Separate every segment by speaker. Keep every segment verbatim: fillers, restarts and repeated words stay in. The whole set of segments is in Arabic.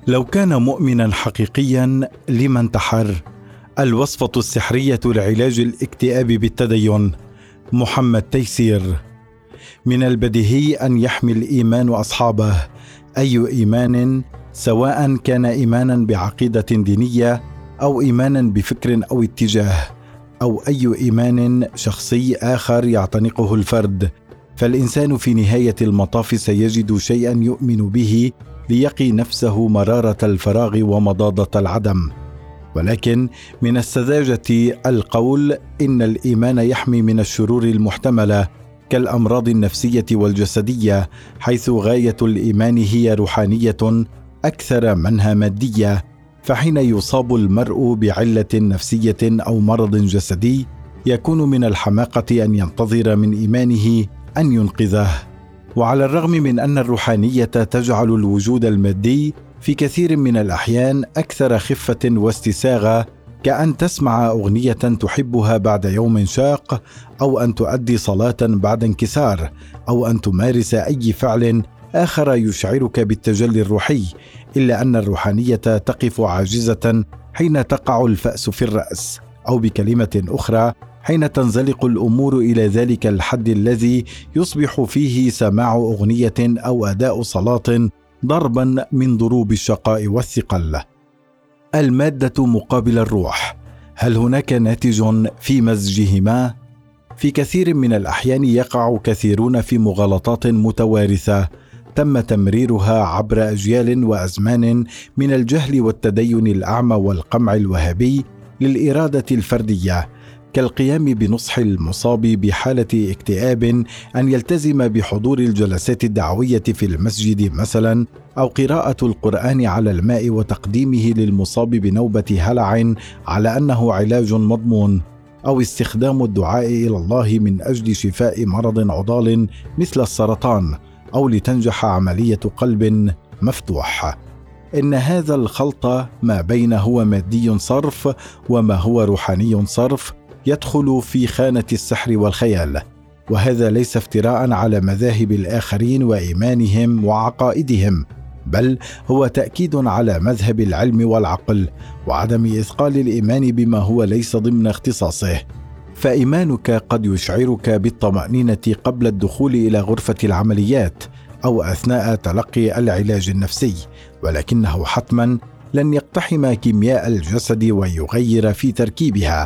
Speaker 1: لو كان مؤمنا حقيقيا لما انتحر؟ الوصفة السحرية لعلاج الاكتئاب بالتدين. محمد تيسير. من البديهي أن يحمي الإيمان أصحابه، أي إيمان، سواء كان إيمانا بعقيدة دينية أو إيمانا بفكر أو اتجاه أو أي إيمان شخصي آخر يعتنقه الفرد، فالإنسان في نهاية المطاف سيجد شيئا يؤمن به ليقي نفسه مرارة الفراغ ومضاضة العدم. ولكن من السذاجة القول إن الإيمان يحمي من الشرور المحتملة كالأمراض النفسية والجسدية، حيث غاية الإيمان هي روحانية أكثر منها مادية. فحين يصاب المرء بعلة نفسية أو مرض جسدي، يكون من الحماقة أن ينتظر من إيمانه أن ينقذه. وعلى الرغم من أن الروحانية تجعل الوجود المادي في كثير من الأحيان أكثر خفة واستساغة، كأن تسمع أغنية تحبها بعد يوم شاق، أو أن تؤدي صلاة بعد انكسار، أو أن تمارس أي فعل آخر يشعرك بالتجلي الروحي، إلا أن الروحانية تقف عاجزة حين تقع الفأس في الرأس، أو بكلمة أخرى حين تنزلق الأمور إلى ذلك الحد الذي يصبح فيه سماع أغنية أو أداء صلاة ضربا من ضروب الشقاء والثقل. المادة مقابل الروح، هل هناك ناتج في مزجهما؟ في كثير من الأحيان يقع كثيرون في مغالطات متوارثة تم تمريرها عبر أجيال وأزمان من الجهل والتدين الأعمى والقمع الوهابي للإرادة الفردية، كالقيام بنصح المصاب بحالة اكتئاب أن يلتزم بحضور الجلسات الدعوية في المسجد مثلا، أو قراءة القرآن على الماء وتقديمه للمصاب بنوبة هلع على أنه علاج مضمون، أو استخدام الدعاء إلى الله من أجل شفاء مرض عضال مثل السرطان، أو لتنجح عملية قلب مفتوح. إن هذا الخلط ما بين هو مادي صرف وما هو روحاني صرف يدخل في خانة السحر والخيال، وهذا ليس افتراء على مذاهب الآخرين وإيمانهم وعقائدهم، بل هو تأكيد على مذهب العلم والعقل وعدم إثقال الإيمان بما هو ليس ضمن اختصاصه. فإيمانك قد يشعرك بالطمأنينة قبل الدخول إلى غرفة العمليات أو أثناء تلقي العلاج النفسي، ولكنه حتما لن يقتحم كيمياء الجسد ويغير في تركيبها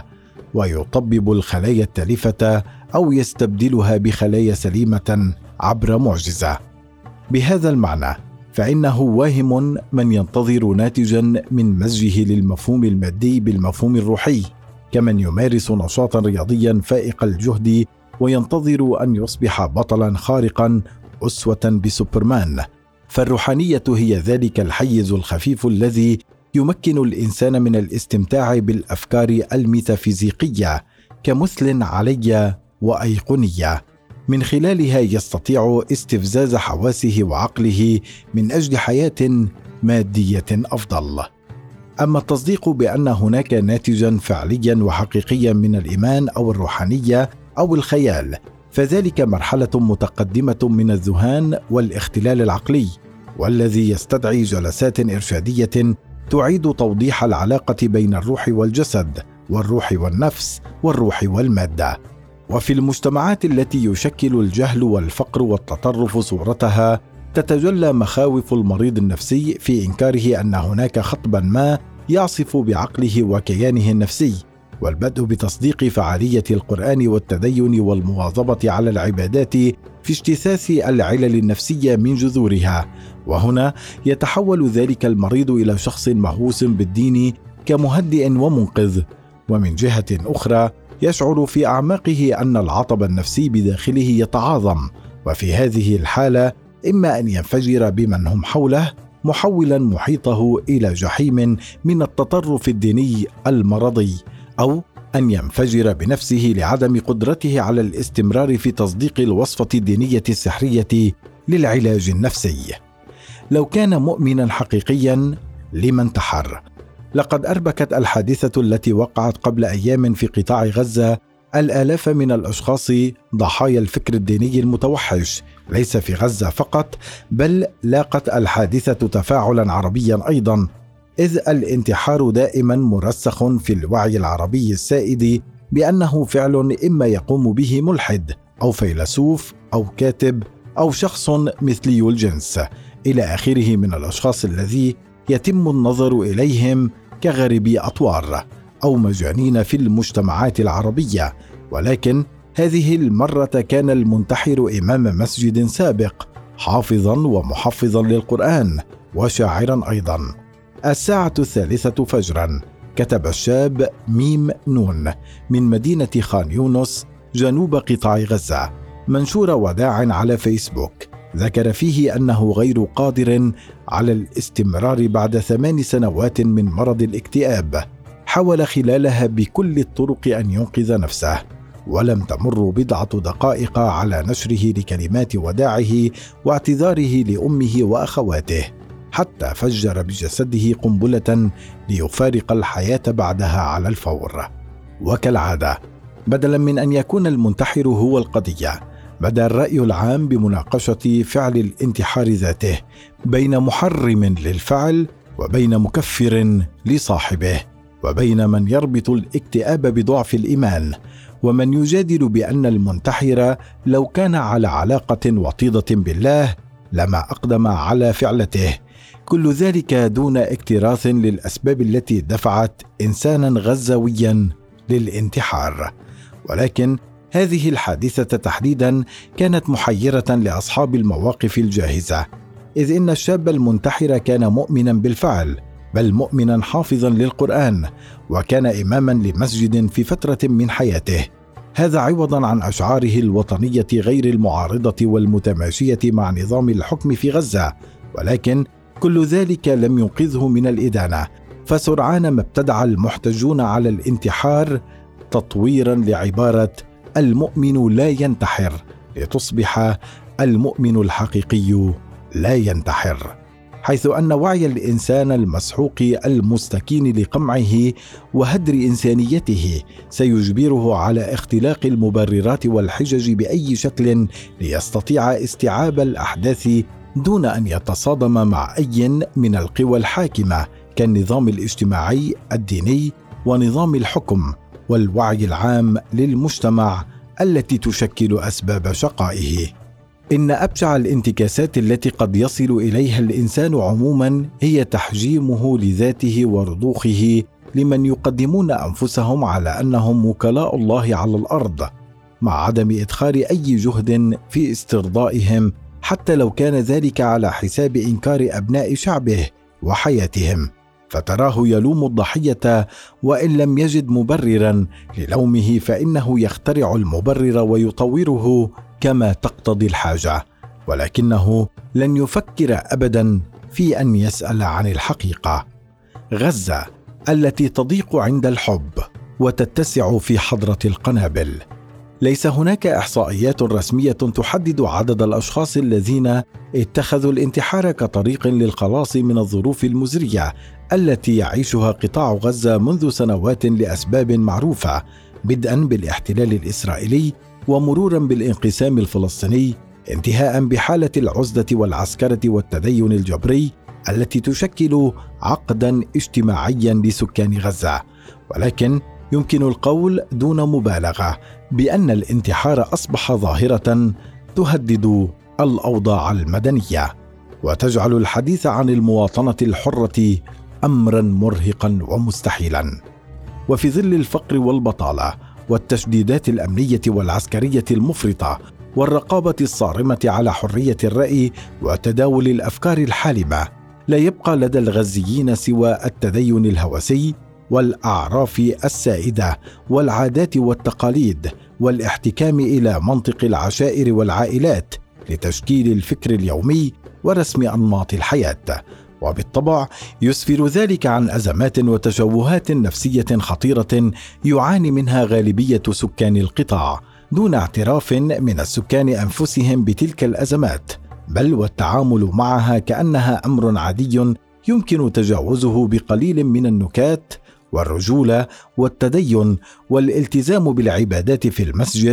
Speaker 1: ويطبب الخلايا التالفة أو يستبدلها بخلايا سليمة عبر معجزة. بهذا المعنى فإنه واهم من ينتظر ناتجا من مزجه للمفهوم المادي بالمفهوم الروحي، كمن يمارس نشاطا رياضيا فائق الجهد وينتظر أن يصبح بطلا خارقا أسوة بسوبرمان. فالروحانية هي ذلك الحيز الخفيف الذي يمكن الإنسان من الاستمتاع بالأفكار الميتافيزيقية كمثل علي وأيقونية، من خلالها يستطيع استفزاز حواسه وعقله من أجل حياة مادية أفضل. أما التصديق بأن هناك ناتجا فعليا وحقيقيا من الإيمان أو الروحانية أو الخيال، فذلك مرحلة متقدمة من الذهان والاختلال العقلي، والذي يستدعي جلسات إرشادية تعيد توضيح العلاقة بين الروح والجسد، والروح والنفس، والروح والمادة. وفي المجتمعات التي يشكل الجهل والفقر والتطرف صورتها، تتجلى مخاوف المريض النفسي في إنكاره أن هناك خطبا ما يعصف بعقله وكيانه النفسي، والبدء بتصديق فعالية القرآن والتدين والمواظبة على العبادات في اجتثاث العلل النفسية من جذورها. وهنا يتحول ذلك المريض إلى شخص مهووس بالدين كمهدئ ومنقذ، ومن جهة أخرى يشعر في أعماقه أن العطب النفسي بداخله يتعاظم، وفي هذه الحالة إما أن ينفجر بمن هم حوله محولا محيطه إلى جحيم من التطرف الديني المرضي، أو أن ينفجر بنفسه لعدم قدرته على الاستمرار في تصديق الوصفة الدينية السحرية للعلاج النفسي. لو كان مؤمنا حقيقيا لما انتحر؟ لقد أربكت الحادثة التي وقعت قبل أيام في قطاع غزة الآلاف من الأشخاص ضحايا الفكر الديني المتوحش ليس في غزة فقط، بل لاقت الحادثة تفاعلا عربيا أيضا، إذ الانتحار دائما مرسخ في الوعي العربي السائد بأنه فعل إما يقوم به ملحد أو فيلسوف أو كاتب أو شخص مثلي الجنس إلى آخره من الأشخاص الذي يتم النظر إليهم كغريبي أطوار أو مجانين في المجتمعات العربية. ولكن هذه المرة كان المنتحر إمام مسجد سابق، حافظا ومحفظا للقرآن وشاعرا أيضا. الساعة الثالثة فجرا كتب الشاب ميم نون من مدينة خان يونس جنوب قطاع غزة منشور وداع على فيسبوك، ذكر فيه أنه غير قادر على الاستمرار بعد ثمان سنوات من مرض الاكتئاب، حاول خلالها بكل الطرق أن ينقذ نفسه، ولم تمر بضعة دقائق على نشره لكلمات وداعه واعتذاره لأمه وأخواته، حتى فجر بجسده قنبلة ليفارق الحياة بعدها على الفور. وكالعادة، بدلا من أن يكون المنتحر هو القضية، بدا الرأي العام بمناقشة فعل الانتحار ذاته بين محرم للفعل وبين مكفر لصاحبه، وبين من يربط الاكتئاب بضعف الإيمان، ومن يجادل بأن المنتحر لو كان على علاقة وطيدة بالله لما أقدم على فعلته. كل ذلك دون اكتراث للأسباب التي دفعت إنسانا غزاويا للانتحار. ولكن هذه الحادثة تحديدا كانت محيرة لأصحاب المواقف الجاهزة، إذ إن الشاب المنتحر كان مؤمنا بالفعل، بل مؤمنا حافظا للقرآن، وكان إماما لمسجد في فترة من حياته، هذا عوضا عن أشعاره الوطنية غير المعارضة والمتماشية مع نظام الحكم في غزة. ولكن كل ذلك لم ينقذه من الإدانة، فسرعان ما ابتدع المحتجون على الانتحار تطويرا لعبارة المؤمن لا ينتحر لتصبح المؤمن الحقيقي لا ينتحر، حيث أن وعي الإنسان المسحوق المستكين لقمعه وهدر إنسانيته سيجبره على اختلاق المبررات والحجج بأي شكل ليستطيع استيعاب الأحداث دون أن يتصادم مع أي من القوى الحاكمة كالنظام الاجتماعي الديني ونظام الحكم والوعي العام للمجتمع التي تشكل أسباب شقائه. إن أبشع الانتكاسات التي قد يصل إليها الإنسان عموما هي تحجيمه لذاته ورضوخه لمن يقدمون أنفسهم على أنهم وكلاء الله على الأرض، مع عدم إدخال أي جهد في استرضائهم، حتى لو كان ذلك على حساب إنكار أبناء شعبه وحياتهم، فتراه يلوم الضحية وإن لم يجد مبررا للومه فإنه يخترع المبرر ويطوره كما تقتضي الحاجة، ولكنه لن يفكر أبدا في أن يسأل عن الحقيقة. غزة التي تضيق عند الحب وتتسع في حضرة القنابل. ليس هناك إحصائيات رسمية تحدد عدد الأشخاص الذين اتخذوا الانتحار كطريق للخلاص من الظروف المزرية التي يعيشها قطاع غزة منذ سنوات لأسباب معروفة، بدءا بالاحتلال الإسرائيلي ومرورا بالانقسام الفلسطيني، انتهاء بحالة العزلة والعسكرة والتدين الجبري التي تشكل عقدا اجتماعيا لسكان غزة. ولكن يمكن القول دون مبالغة بأن الانتحار أصبح ظاهرة تهدد الأوضاع المدنية وتجعل الحديث عن المواطنة الحرة أمرا مرهقا ومستحيلا. وفي ظل الفقر والبطالة والتشديدات الأمنية والعسكرية المفرطة والرقابة الصارمة على حرية الرأي وتداول الأفكار الحالمة، لا يبقى لدى الغزيين سوى التدين الهوسي والأعراف السائدة والعادات والتقاليد والاحتكام إلى منطق العشائر والعائلات لتشكيل الفكر اليومي ورسم أنماط الحياة. وبالطبع يسفر ذلك عن أزمات وتشوهات نفسية خطيرة يعاني منها غالبية سكان القطاع دون اعتراف من السكان أنفسهم بتلك الأزمات، بل والتعامل معها كأنها أمر عادي يمكن تجاوزه بقليل من النكات والرجولة والتدين والالتزام بالعبادات في المسجد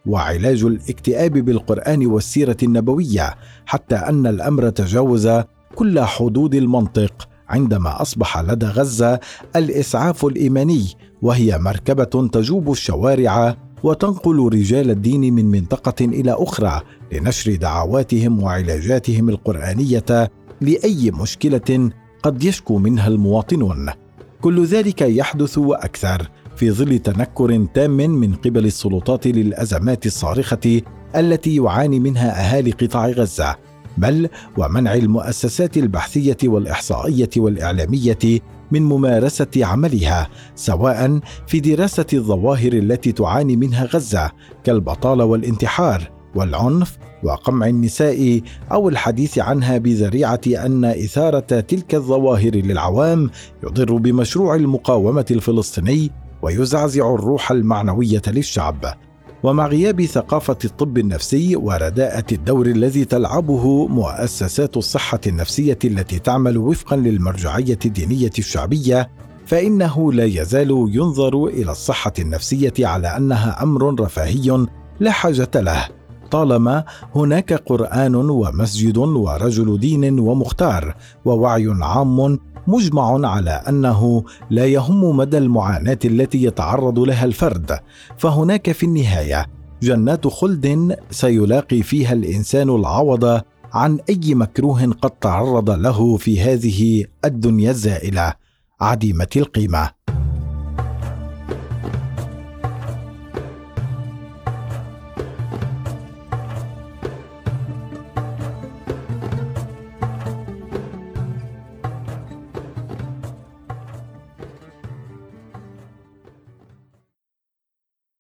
Speaker 1: وعلاج الاكتئاب بالقرآن والسيرة النبوية، حتى أن الأمر تجاوز كل حدود المنطق عندما أصبح لدى غزة الإسعاف الإيماني، وهي مركبة تجوب الشوارع وتنقل رجال الدين من منطقة إلى أخرى لنشر دعواتهم وعلاجاتهم القرآنية لأي مشكلة قد يشكو منها المواطنون. كل ذلك يحدث وأكثر في ظل تنكر تام من قبل السلطات للأزمات الصارخة التي يعاني منها أهالي قطاع غزة، بل ومنع المؤسسات البحثية والإحصائية والإعلامية من ممارسة عملها، سواء في دراسة الظواهر التي تعاني منها غزة كالبطالة والانتحار والعنف وقمع النساء، أو الحديث عنها بذريعة أن إثارة تلك الظواهر للعوام يضر بمشروع المقاومة الفلسطيني ويزعزع الروح المعنوية للشعب. ومع غياب ثقافة الطب النفسي ورداءة الدور الذي تلعبه مؤسسات الصحة النفسية التي تعمل وفقا للمرجعية الدينية الشعبية، فإنه لا يزال ينظر إلى الصحة النفسية على أنها أمر رفاهي لا حاجة له، طالما هناك قرآن ومسجد ورجل دين ومختار ووعي عام مجمع على أنه لا يهم مدى المعاناة التي يتعرض لها الفرد، فهناك في النهاية جنات خلد سيلاقي فيها الإنسان العوض عن أي مكروه قد تعرض له في هذه الدنيا الزائلة عديمة القيمة.